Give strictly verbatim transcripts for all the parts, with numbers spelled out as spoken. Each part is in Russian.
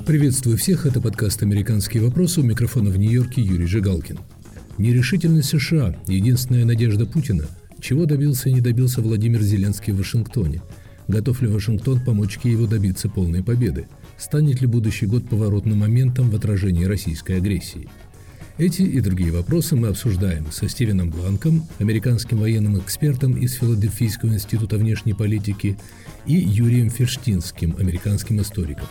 Приветствую всех, это подкаст «Американские вопросы», у микрофона в Нью-Йорке Юрий Жигалкин. Нерешительность США – единственная надежда Путина. Чего добился и не добился Владимир Зеленский в Вашингтоне? Готов ли Вашингтон помочь Киеву добиться полной победы? Станет ли будущий год поворотным моментом в отражении российской агрессии? Эти и другие вопросы мы обсуждаем со Стивеном Бланком, американским военным экспертом из Филадельфийского института внешней политики, и Юрием Ферштинским, американским историком.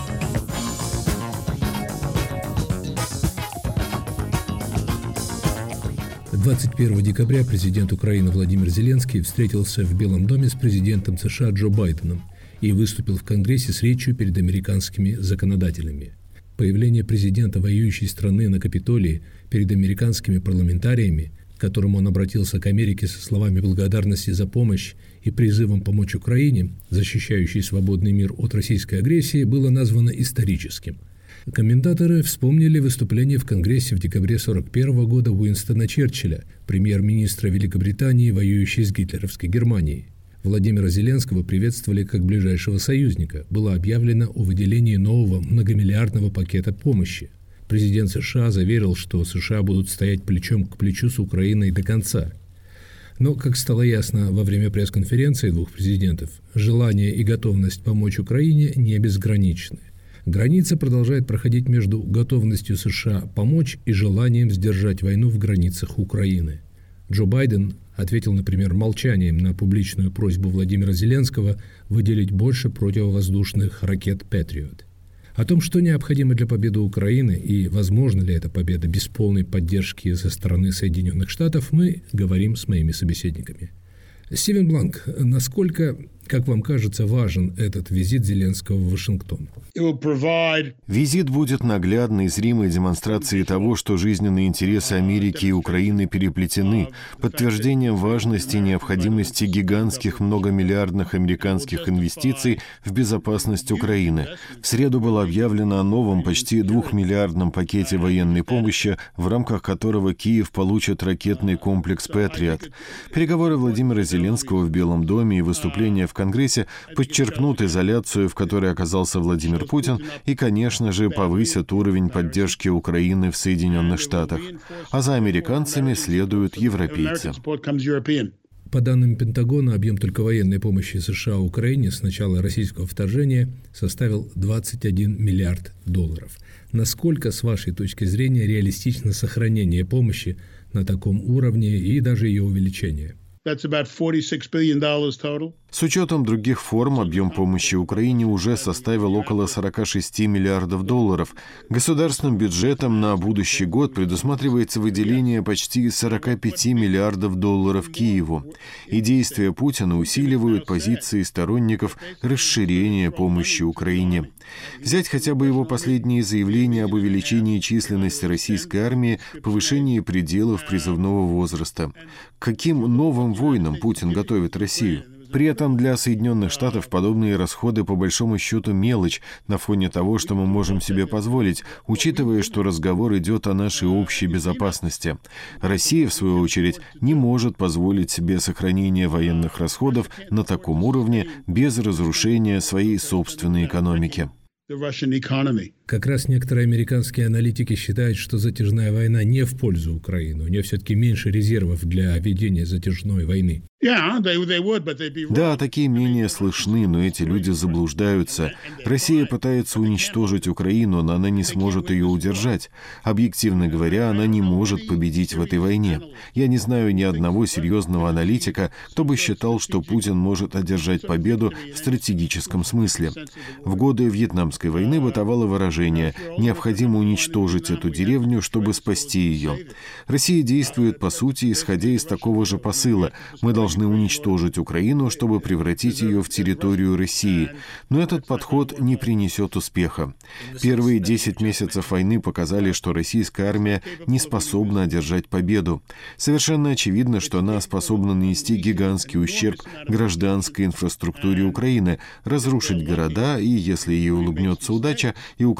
двадцать первого декабря президент Украины Владимир Зеленский встретился в Белом доме с президентом США Джо Байденом и выступил в Конгрессе с речью перед американскими законодателями. Появление президента воюющей страны на Капитолии перед американскими парламентариями, к которым он обратился к Америке со словами благодарности за помощь и призывом помочь Украине, защищающей свободный мир от российской агрессии, было названо историческим. Комментаторы вспомнили выступление в Конгрессе в декабре сорок первого года Уинстона Черчилля, премьер-министра Великобритании, воюющей с гитлеровской Германией. Владимира Зеленского приветствовали как ближайшего союзника. Было объявлено о выделении нового многомиллиардного пакета помощи. Президент США заверил, что США будут стоять плечом к плечу с Украиной до конца. Но, как стало ясно во время пресс-конференции двух президентов, желание и готовность помочь Украине не безграничны. Граница продолжает проходить между готовностью США помочь и желанием сдержать войну в границах Украины. Джо Байден ответил, например, молчанием на публичную просьбу Владимира Зеленского выделить больше противовоздушных ракет «Патриот». О том, что необходимо для победы Украины и возможна ли эта победа без полной поддержки со стороны Соединенных Штатов, мы говорим с моими собеседниками. Стивен Бланк, насколько, как вам кажется, важен этот визит Зеленского в Вашингтон? Визит будет наглядной, зримой демонстрацией того, что жизненные интересы Америки и Украины переплетены, подтверждением важности и необходимости гигантских многомиллиардных американских инвестиций в безопасность Украины. В среду было объявлено о новом почти двухмиллиардном пакете военной помощи, в рамках которого Киев получит ракетный комплекс «Патриот». Переговоры Владимира Зеленского в Белом доме и выступления в Конгрессе подчеркнут изоляцию, в которой оказался Владимир Путин, и, конечно же, повысят уровень поддержки Украины в Соединенных Штатах. А за американцами следуют европейцы. По данным Пентагона, объем только военной помощи США Украине с начала российского вторжения составил двадцать один миллиард долларов. Насколько, с вашей точки зрения, реалистично сохранение помощи на таком уровне и даже ее увеличение? С учетом других форм, объем помощи Украине уже составил около сорок шесть миллиардов долларов. Государственным бюджетом на будущий год предусматривается выделение почти сорок пять миллиардов долларов Киеву. И действия Путина усиливают позиции сторонников расширения помощи Украине. Взять хотя бы его последние заявления об увеличении численности российской армии, повышении пределов призывного возраста. К каким новым войнам Путин готовит Россию? При этом для Соединенных Штатов подобные расходы по большому счету мелочь на фоне того, что мы можем себе позволить, учитывая, что разговор идет о нашей общей безопасности. Россия, в свою очередь, не может позволить себе сохранение военных расходов на таком уровне без разрушения своей собственной экономики. Как раз некоторые американские аналитики считают, что затяжная война не в пользу Украины. У нее все-таки меньше резервов для ведения затяжной войны. Да, такие мнения слышны, но эти люди заблуждаются. Россия пытается уничтожить Украину, но она не сможет ее удержать. Объективно говоря, она не может победить в этой войне. Я не знаю ни одного серьезного аналитика, кто бы считал, что Путин может одержать победу в стратегическом смысле. В годы Вьетнамской войны бытовало выражение «необходимо уничтожить эту деревню, чтобы спасти ее». Россия действует, по сути, исходя из такого же посыла. Мы должны должны уничтожить Украину, чтобы превратить ее в территорию России. Но этот подход не принесет успеха. Первые десять месяцев войны показали, что российская армия не способна одержать победу. Совершенно очевидно, что она способна нанести гигантский ущерб гражданской инфраструктуре Украины, разрушить города, и, если ей улыбнется удача, и Украина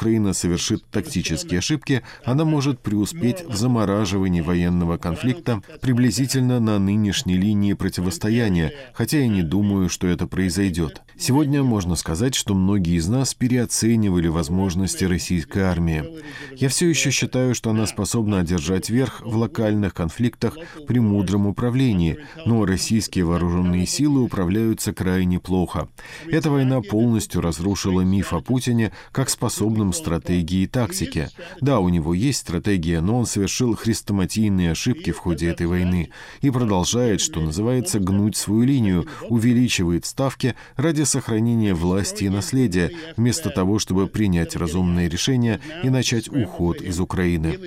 Украина совершит тактические ошибки, она может преуспеть в замораживании военного конфликта приблизительно на нынешней линии противостояния, хотя я не думаю, что это произойдет. Сегодня можно сказать, что многие из нас переоценивали возможности российской армии. Я все еще считаю, что она способна одержать верх в локальных конфликтах при мудром управлении, но российские вооруженные силы управляются крайне плохо. Эта война полностью разрушила миф о Путине как способном стратегии и тактике. Да, у него есть стратегия, но он совершил хрестоматийные ошибки в ходе этой войны и продолжает, что называется, гнуть свою линию, увеличивает ставки ради сохранения власти и наследия, вместо того, чтобы принять разумные решения и начать уход из Украины.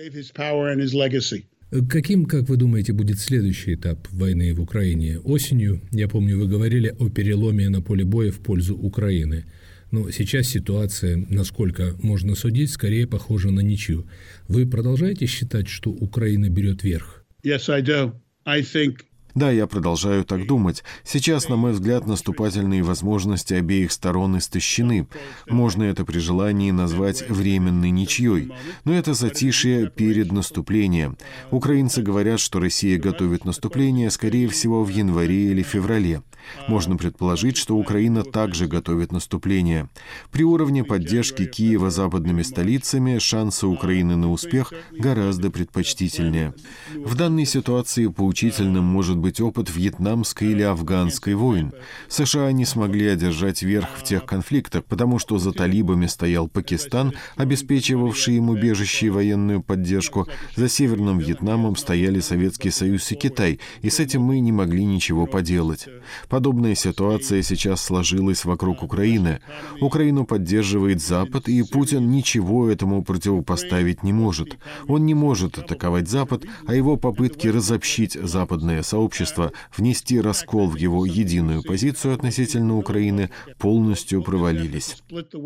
Каким, как вы думаете, будет следующий этап войны в Украине? Осенью, я помню, вы говорили о переломе на поле боя в пользу Украины. Но сейчас ситуация, насколько можно судить, скорее похожа на ничью. Вы продолжаете считать, что Украина берет верх? Yes, I do. I think... Да, я продолжаю так думать. Сейчас, на мой взгляд, наступательные возможности обеих сторон истощены. Можно это при желании назвать временной ничьей. Но это затишье перед наступлением. Украинцы говорят, что Россия готовит наступление, скорее всего, в январе или феврале. Можно предположить, что Украина также готовит наступление. При уровне поддержки Киева западными столицами шансы Украины на успех гораздо предпочтительнее. В данной ситуации поучительным может быть опыт вьетнамской или афганской войн. США не смогли одержать верх в тех конфликтах, потому что за талибами стоял Пакистан, обеспечивавший им убежище и военную поддержку. За Северным Вьетнамом стояли Советский Союз и Китай, и с этим мы не могли ничего поделать. Подобная ситуация сейчас сложилась вокруг Украины. Украину поддерживает Запад, и Путин ничего этому противопоставить не может. Он не может атаковать Запад, а его попытки разобщить западное сообщество, внести раскол в его единую позицию относительно Украины, полностью провалились.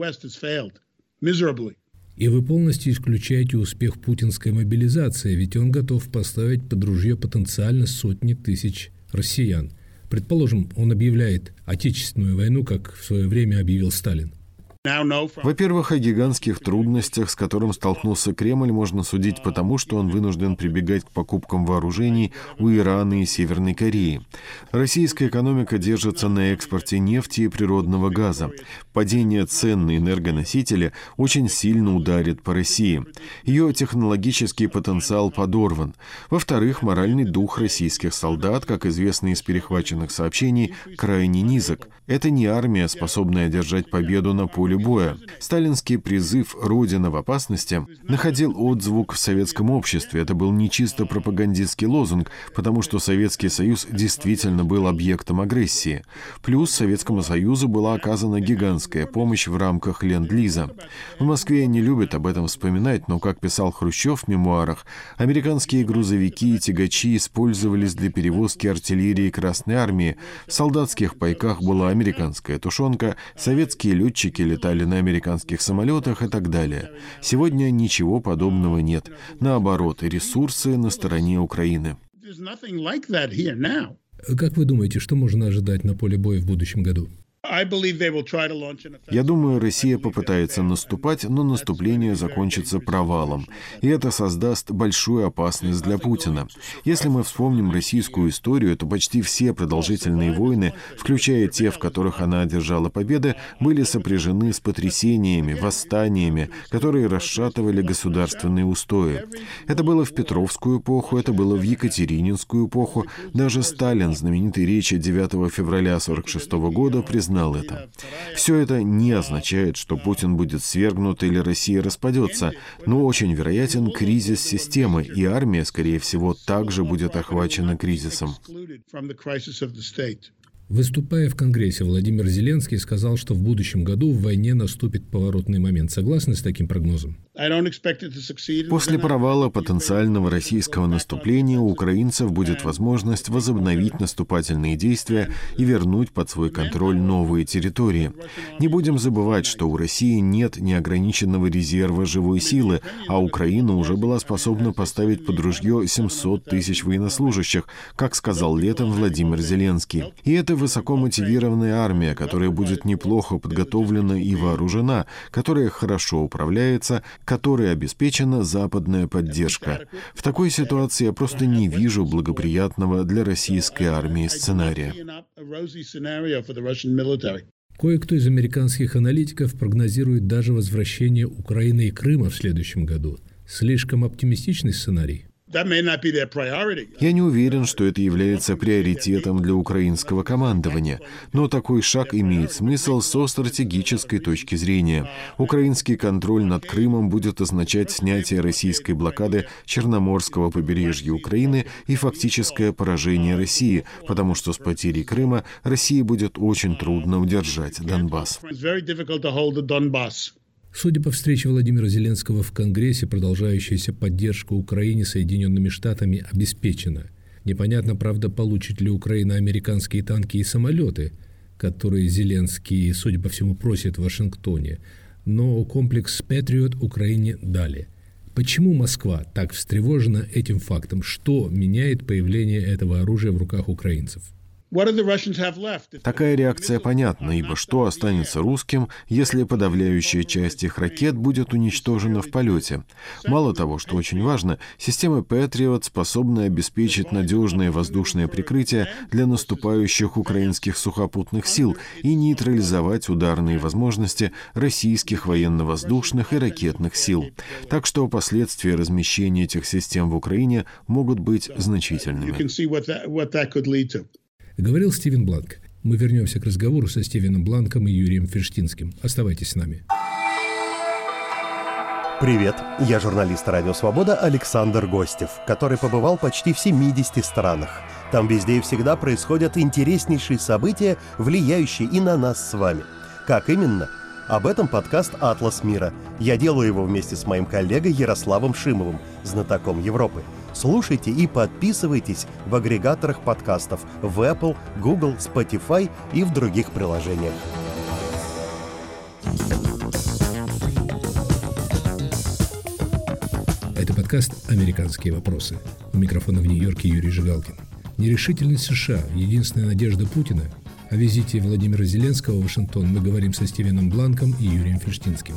И вы полностью исключаете успех путинской мобилизации, ведь он готов поставить под ружье потенциально сотни тысяч россиян. Предположим, он объявляет отечественную войну, как в свое время объявил Сталин. Во-первых, о гигантских трудностях, с которым столкнулся Кремль, можно судить потому, что он вынужден прибегать к покупкам вооружений у Ирана и Северной Кореи. Российская экономика держится на экспорте нефти и природного газа. Падение цен на энергоносители очень сильно ударит по России. Ее технологический потенциал подорван. Во-вторых, моральный дух российских солдат, как известно из перехваченных сообщений, крайне низок. Это не армия, способная одержать победу на поле боя. Сталинский призыв «Родина в опасности» находил отзвук в советском обществе. Это был не чисто пропагандистский лозунг, потому что Советский Союз действительно был объектом агрессии. Плюс Советскому Союзу была оказана гигантская помощь в рамках Ленд-Лиза. В Москве не любят об этом вспоминать, но, как писал Хрущев в мемуарах, американские грузовики и тягачи использовались для перевозки артиллерии Красной Армии. В солдатских пайках была американская тушенка, советские летчики летали на американских самолетах и так далее. Сегодня ничего подобного нет. Наоборот, ресурсы на стороне Украины. Как вы думаете, что можно ожидать на поле боя в будущем году? Я думаю, Россия попытается наступать, но наступление закончится провалом. И это создаст большую опасность для Путина. Если мы вспомним российскую историю, то почти все продолжительные войны, включая те, в которых она одержала победы, были сопряжены с потрясениями, восстаниями, которые расшатывали государственные устои. Это было в Петровскую эпоху, это было в Екатерининскую эпоху. Даже Сталин, знаменитой речи девятого февраля сорок шестого года, признал это. Все это не означает, что Путин будет свергнут или Россия распадется, но очень вероятен кризис системы, и армия, скорее всего, также будет охвачена кризисом. Выступая в Конгрессе, Владимир Зеленский сказал, что в будущем году в войне наступит поворотный момент. Согласны с таким прогнозом? После провала потенциального российского наступления у украинцев будет возможность возобновить наступательные действия и вернуть под свой контроль новые территории. Не будем забывать, что у России нет неограниченного резерва живой силы, а Украина уже была способна поставить под ружье семьсот тысяч военнослужащих, как сказал летом Владимир Зеленский. И это высоко мотивированная армия, которая будет неплохо подготовлена и вооружена, которая хорошо управляется, которой обеспечена западная поддержка. В такой ситуации я просто не вижу благоприятного для российской армии сценария. Кое-кто из американских аналитиков прогнозирует даже возвращение Украины и Крыма в следующем году. Слишком оптимистичный сценарий? Я не уверен, что это является приоритетом для украинского командования, но такой шаг имеет смысл со стратегической точки зрения. Украинский контроль над Крымом будет означать снятие российской блокады Черноморского побережья Украины и фактическое поражение России, потому что с потерей Крыма России будет очень трудно удержать Донбасс. Судя по встрече Владимира Зеленского в Конгрессе, продолжающаяся поддержка Украине Соединенными Штатами обеспечена. Непонятно, правда, получит ли Украина американские танки и самолеты, которые Зеленский, судя по всему, просит в Вашингтоне. Но комплекс «Патриот» Украине дали. Почему Москва так встревожена этим фактом? Что меняет появление этого оружия в руках украинцев? Такая реакция понятна, ибо что останется русским, если подавляющая часть их ракет будет уничтожена в полете? Мало того, что очень важно, система Patriot способна обеспечить надежное воздушное прикрытие для наступающих украинских сухопутных сил и нейтрализовать ударные возможности российских военно-воздушных и ракетных сил. Так что последствия размещения этих систем в Украине могут быть значительными. Говорил Стивен Бланк. Мы вернемся к разговору со Стивеном Бланком и Юрием Ферштинским. Оставайтесь с нами. Привет, я журналист «Радио Свобода» Александр Гостев, который побывал почти в семидесяти странах. Там везде и всегда происходят интереснейшие события, влияющие и на нас с вами. Как именно? Об этом подкаст «Атлас мира». Я делаю его вместе с моим коллегой Ярославом Шимовым, знатоком Европы. Слушайте и подписывайтесь в агрегаторах подкастов в Apple, Google, Spotify и в других приложениях. Это подкаст «Американские вопросы». У микрофона в Нью-Йорке Юрий Жигалкин. Нерешительность США – единственная надежда Путина. О визите Владимира Зеленского в Вашингтон мы говорим со Стивеном Бланком и Юрием Ферштинским.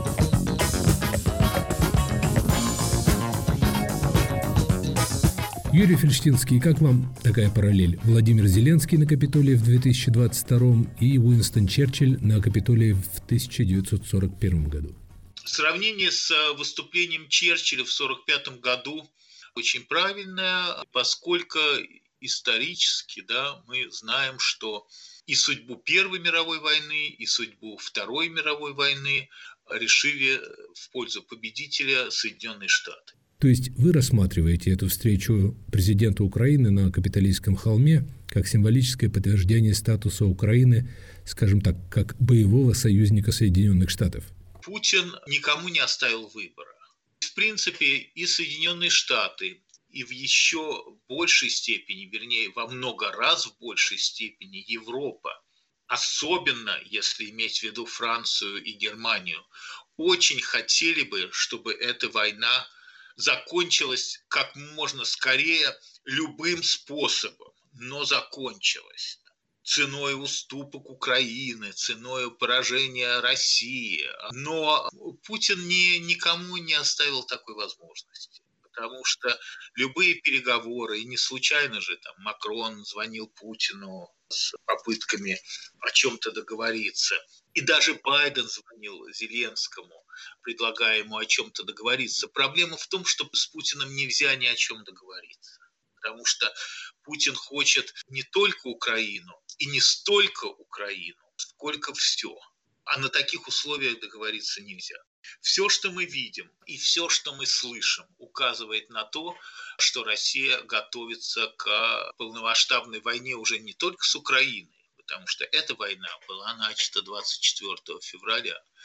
Юрий Ферштинский, как вам такая параллель? Владимир Зеленский на Капитолии в две тысячи двадцать втором и Уинстон Черчилль на Капитолии в тысяча девятьсот сорок первом году. Сравнение с выступлением Черчилля в сорок пятом году очень правильное, поскольку исторически, да, мы знаем, что и судьбу Первой мировой войны, и судьбу Второй мировой войны решили в пользу победителя Соединенные Штаты. То есть вы рассматриваете эту встречу президента Украины на Капитолийском холме как символическое подтверждение статуса Украины, скажем так, как боевого союзника Соединенных Штатов? Путин никому не оставил выбора. В принципе, и Соединенные Штаты, и в еще большей степени, вернее, во много раз в большей степени Европа, особенно если иметь в виду Францию и Германию, очень хотели бы, чтобы эта война закончилась как можно скорее любым способом, но закончилась. Ценой уступок Украины, ценой поражения России. Но Путин ни, никому не оставил такой возможности. Потому что любые переговоры, и не случайно же там Макрон звонил Путину с попытками о чем-то договориться, и даже Байден звонил Зеленскому, предлагая ему о чем-то договориться. Проблема в том, что с Путиным нельзя ни о чем договориться. Потому что Путин хочет не только Украину и не столько Украину, сколько все. А на таких условиях договориться нельзя. Все, что мы видим и все, что мы слышим, указывает на то, что Россия готовится к полномасштабной войне уже не только с Украиной, потому что эта война была начата двадцать четвёртого февраля,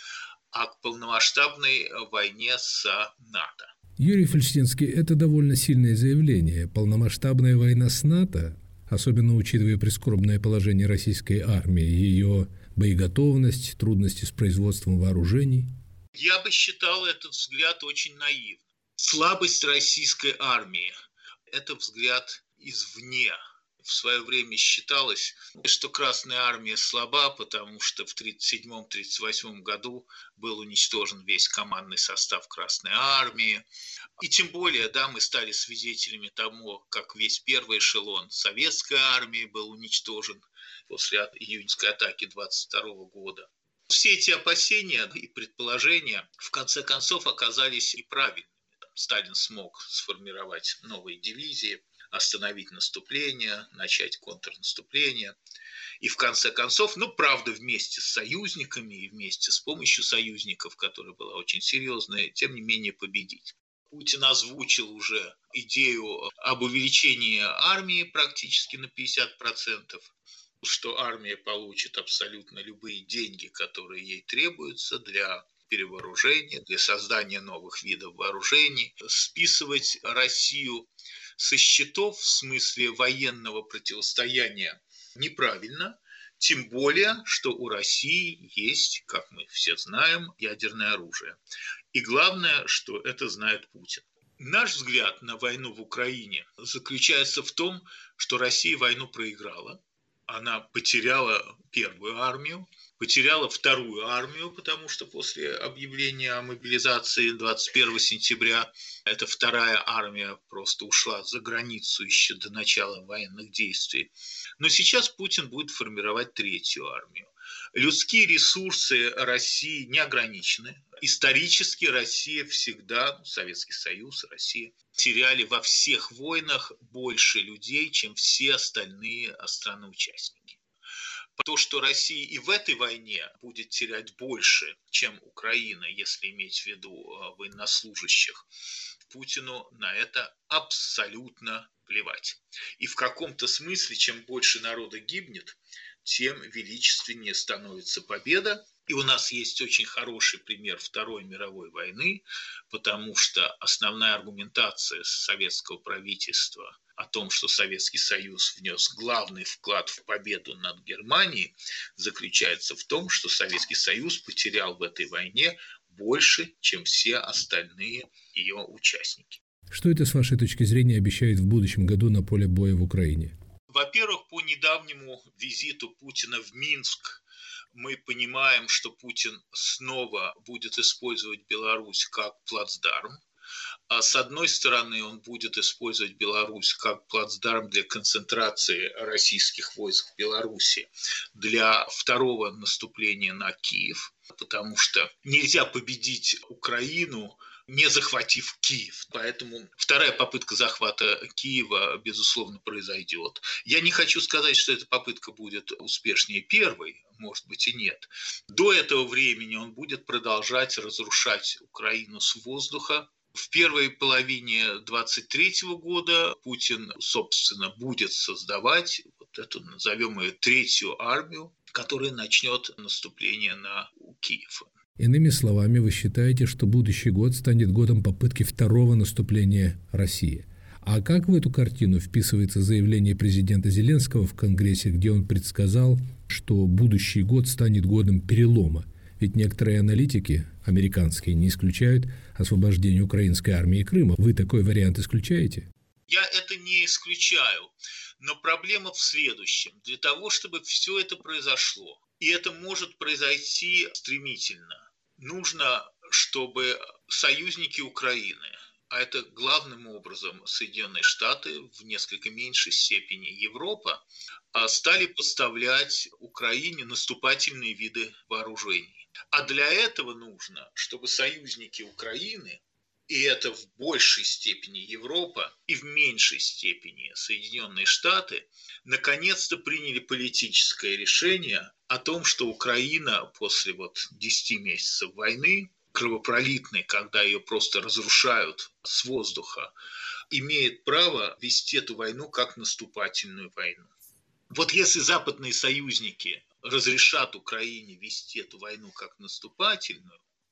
а к полномасштабной войне с НАТО. Юрий Фальштинский, это довольно сильное заявление. Полномасштабная война с НАТО, особенно учитывая прискорбное положение российской армии, ее боеготовность, трудности с производством вооружений. Я бы считал этот взгляд очень наивным. Слабость российской армии – это взгляд извне. В свое время считалось, что Красная армия слаба, потому что в тридцать седьмом — тридцать восьмом году был уничтожен весь командный состав Красной армии. И тем более, да, мы стали свидетелями тому, как весь первый эшелон советской армии был уничтожен после июньской атаки двадцать второго года. Все эти опасения и предположения в конце концов оказались и правильными. Сталин смог сформировать новые дивизии, остановить наступление, начать контрнаступление. И в конце концов, ну, правда, вместе с союзниками и вместе с помощью союзников, которая была очень серьезная, тем не менее победить. Путин озвучил уже идею об увеличении армии практически на пятьдесят процентов, что армия получит абсолютно любые деньги, которые ей требуются для перевооружения, для создания новых видов вооружений, списывать Россию со счетов в смысле военного противостояния неправильно, тем более, что у России есть, как мы все знаем, ядерное оружие. И главное, что это знает Путин. Наш взгляд на войну в Украине заключается в том, что Россия войну проиграла. Она потеряла первую армию, потеряла вторую армию, потому что после объявления о мобилизации двадцать первого сентября эта вторая армия просто ушла за границу еще до начала военных действий. Но сейчас Путин будет формировать третью армию. Людские ресурсы России не ограничены. Исторически Россия всегда, Советский Союз, Россия, теряли во всех войнах больше людей, чем все остальные страны-участники. То, что Россия и в этой войне будет терять больше, чем Украина, если иметь в виду военнослужащих, Путину на это абсолютно плевать. И в каком-то смысле, чем больше народа гибнет, тем величественнее становится победа. И у нас есть очень хороший пример Второй мировой войны, потому что основная аргументация советского правительства о том, что Советский Союз внес главный вклад в победу над Германией, заключается в том, что Советский Союз потерял в этой войне больше, чем все остальные ее участники. Что это, с вашей точки зрения, обещает в будущем году на поле боя в Украине? Во-первых, по недавнему визиту Путина в Минск мы понимаем, что Путин снова будет использовать Беларусь как плацдарм. А с одной стороны, он будет использовать Беларусь как плацдарм для концентрации российских войск в Беларуси для второго наступления на Киев, потому что нельзя победить Украину, не захватив Киев. Поэтому вторая попытка захвата Киева, безусловно, произойдет. Я не хочу сказать, что эта попытка будет успешнее первой, может быть и нет. До этого времени он будет продолжать разрушать Украину с воздуха. В первой половине двадцать третьего года Путин, собственно, будет создавать вот эту, назовем ее, третью армию, которая начнет наступление на Киев. Иными словами, вы считаете, что будущий год станет годом попытки второго наступления России. А как в эту картину вписывается заявление президента Зеленского в Конгрессе, где он предсказал, что будущий год станет годом перелома? Ведь некоторые аналитики, американские, не исключают освобождение украинской армии Крыма. Вы такой вариант исключаете? Я это не исключаю. Но проблема в следующем. Для того, чтобы все это произошло, и это может произойти стремительно, нужно, чтобы союзники Украины, а это главным образом Соединенные Штаты, в несколько меньшей степени Европа, стали поставлять Украине наступательные виды вооружений. А для этого нужно, чтобы союзники Украины, и это в большей степени Европа, и в меньшей степени Соединенные Штаты, наконец-то приняли политическое решение о том, что Украина после вот десяти месяцев войны, кровопролитной, когда ее просто разрушают с воздуха, имеет право вести эту войну как наступательную войну. Вот если западные союзники разрешат Украине вести эту войну как наступательную,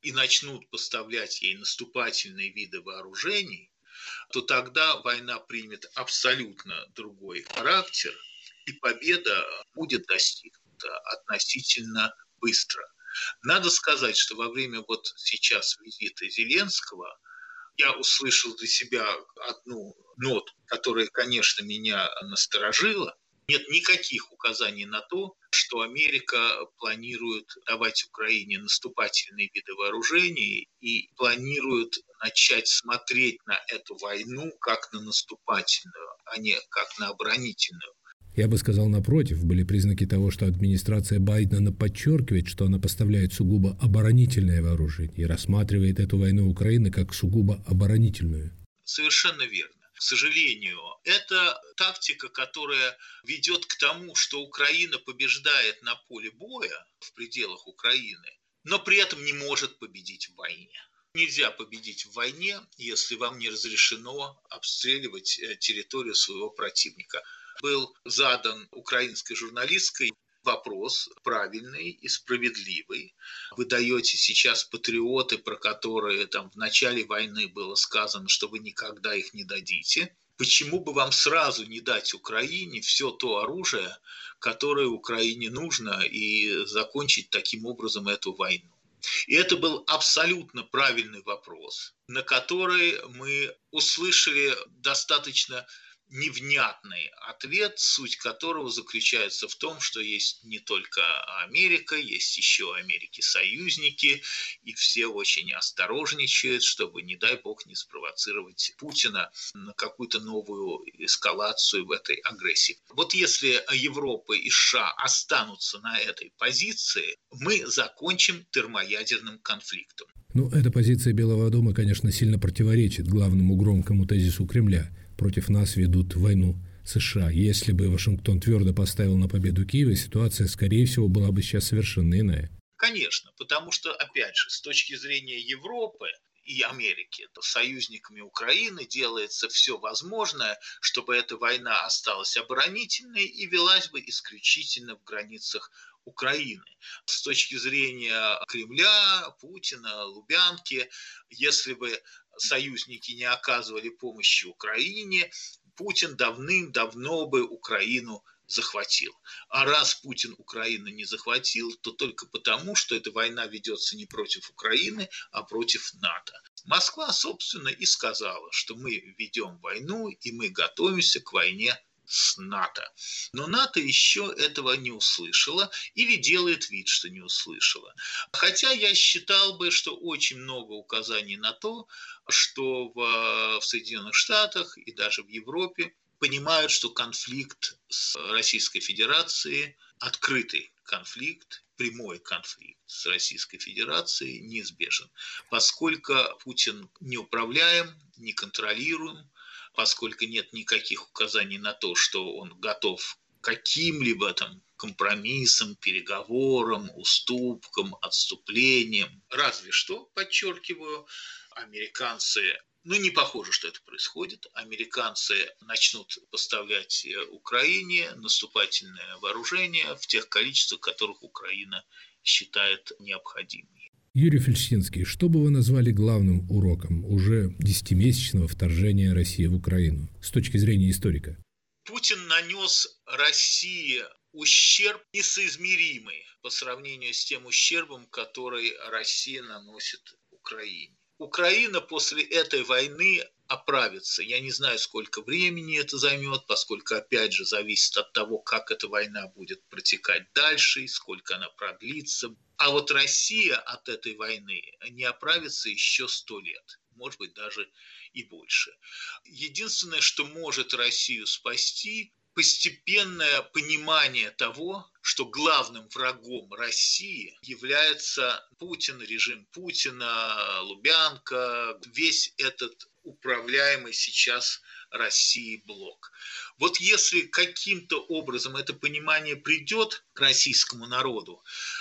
и начнут поставлять ей наступательные виды вооружений, то тогда война примет абсолютно другой характер, и победа будет достигнута относительно быстро. Надо сказать, что во время вот сейчас визита Зеленского я услышал для себя одну ноту, которая, конечно, меня насторожила. Нет никаких указаний на то, что Америка планирует давать Украине наступательные виды вооружений и планирует начать смотреть на эту войну как на наступательную, а не как на оборонительную. Я бы сказал, напротив, были признаки того, что администрация Байдена подчеркивает, что она поставляет сугубо оборонительное вооружение и рассматривает эту войну Украины как сугубо оборонительную. Совершенно верно. К сожалению, это тактика, которая ведет к тому, что Украина побеждает на поле боя в пределах Украины, но при этом не может победить в войне. Нельзя победить в войне, если вам не разрешено обстреливать территорию своего противника. Был задан украинской журналисткой вопрос правильный и справедливый. Вы даете сейчас патриоты, про которые там в начале войны было сказано, что вы никогда их не дадите. Почему бы вам сразу не дать Украине все то оружие, которое Украине нужно, и закончить таким образом эту войну? И это был абсолютно правильный вопрос, на который мы услышали достаточно невнятный ответ, суть которого заключается в том, что есть не только Америка, есть еще Америки союзники, и все очень осторожничают, чтобы, не дай бог, не спровоцировать Путина на какую-то новую эскалацию в этой агрессии. Вот если Европа и США останутся на этой позиции, мы закончим термоядерным конфликтом. Ну, эта позиция Белого дома, конечно, сильно противоречит главному громкому тезису Кремля. Против нас ведут войну США. Если бы Вашингтон твердо поставил на победу Киева, ситуация, скорее всего, была бы сейчас совершенно иная. Конечно, потому что, опять же, с точки зрения Европы и Америки, то союзниками Украины делается все возможное, чтобы эта война осталась оборонительной и велась бы исключительно в границах Украины. С точки зрения Кремля, Путина, Лубянки, если бы союзники не оказывали помощи Украине, Путин давным-давно бы Украину захватил. А раз Путин Украину не захватил, то только потому, что эта война ведется не против Украины, а против НАТО. Москва, собственно, и сказала, что мы ведем войну и мы готовимся к войне с НАТО. Но НАТО еще этого не услышала или делает вид, что не услышала. Хотя я считал бы, что очень много указаний на то, что в, в Соединенных Штатах и даже в Европе понимают, что конфликт с Российской Федерацией, открытый конфликт, прямой конфликт с Российской Федерацией неизбежен, поскольку Путин неуправляем, неконтролируем, поскольку нет никаких указаний на то, что он готов к каким-либо там компромиссам, переговорам, уступкам, отступлениям. Разве что, подчеркиваю, американцы, ну не похоже, что это происходит, американцы начнут поставлять Украине наступательное вооружение в тех количествах, которых Украина считает необходимыми. Юрий Фельштинский, что бы вы назвали главным уроком уже десятимесячного вторжения России в Украину с точки зрения историка? Путин нанес России ущерб несоизмеримый по сравнению с тем ущербом, который Россия наносит Украине. Украина после этой войны оправится. Я не знаю, сколько времени это займет, поскольку, опять же, зависит от того, как эта война будет протекать дальше и сколько она продлится. А вот Россия от этой войны не оправится еще сто лет, может быть, даже и больше. Единственное, что может Россию спасти, постепенное понимание того, что главным врагом России является Путин, режим Путина, Лубянка, весь этот управляемый сейчас Россией блок. Вот если каким-то образом это понимание придет к российскому народу,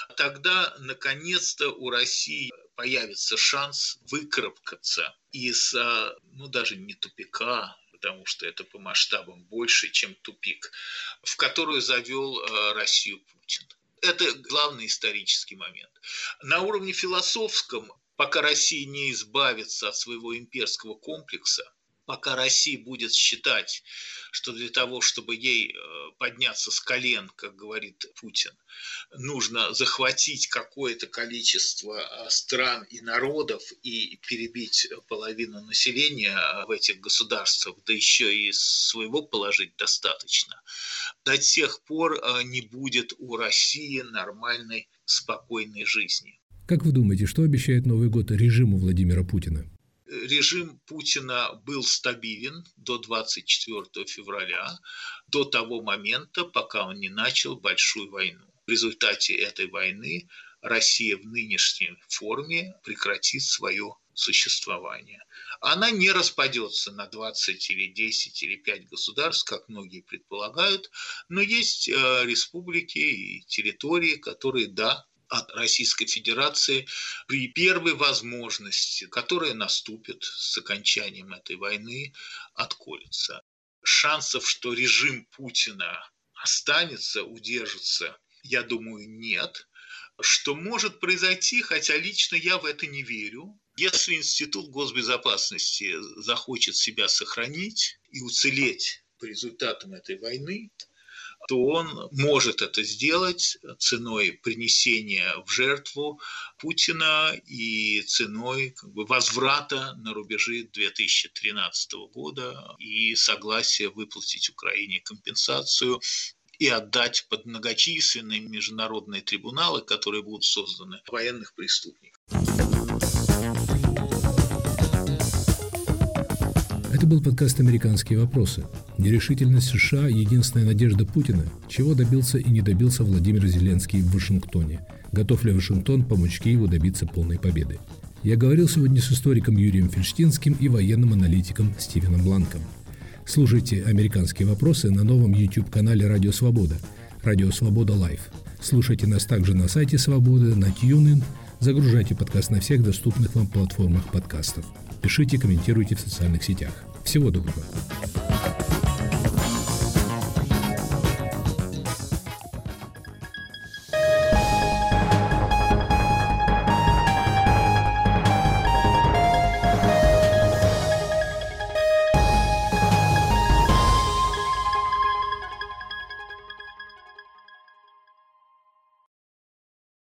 тогда наконец-то у России появится шанс выкарабкаться из, ну даже не тупика, потому что это по масштабам больше, чем тупик, в которую завел Россию Путин. Это главный исторический момент. На уровне философском Пока Россия не избавится от своего имперского комплекса, пока Россия будет считать, что для того, чтобы ей подняться с колен, как говорит Путин, нужно захватить какое-то количество стран и народов и перебить половину населения в этих государствах, да еще и своего положить достаточно, до тех пор не будет у России нормальной, спокойной жизни. Как вы думаете, что обещает Новый год режиму Владимира Путина? Режим Путина был стабилен до двадцать четвёртого февраля, до того момента, пока он не начал большую войну. В результате этой войны Россия в нынешней форме прекратит свое существование. Она не распадется на двадцать или десять или пять государств, как многие предполагают, но есть республики и территории, которые, да, от Российской Федерации при первой возможности, которая наступит с окончанием этой войны, отколется. Шансов, что режим Путина останется, удержится, я думаю, нет. Что может произойти, хотя лично я в это не верю, если Институт госбезопасности захочет себя сохранить и уцелеть по результатам этой войны, то он может это сделать ценой принесения в жертву Путина и ценой как бы возврата на рубежи две тысячи тринадцатого года и согласия выплатить Украине компенсацию и отдать под многочисленные международные трибуналы, которые будут созданы, военных преступников. Это был подкаст «Американские вопросы». Нерешительность США – единственная надежда Путина, чего добился и не добился Владимир Зеленский в Вашингтоне. Готов ли Вашингтон помочь Киеву добиться полной победы? Я говорил сегодня с историком Юрием Фельштинским и военным аналитиком Стивеном Бланком. Слушайте «Американские вопросы» на новом YouTube-канале «Радио Свобода» «Радио Свобода Лайв». Слушайте нас также на сайте Свободы, на TuneIn. Загружайте подкаст на всех доступных вам платформах подкастов. Пишите, комментируйте в социальных сетях. Всего доброго.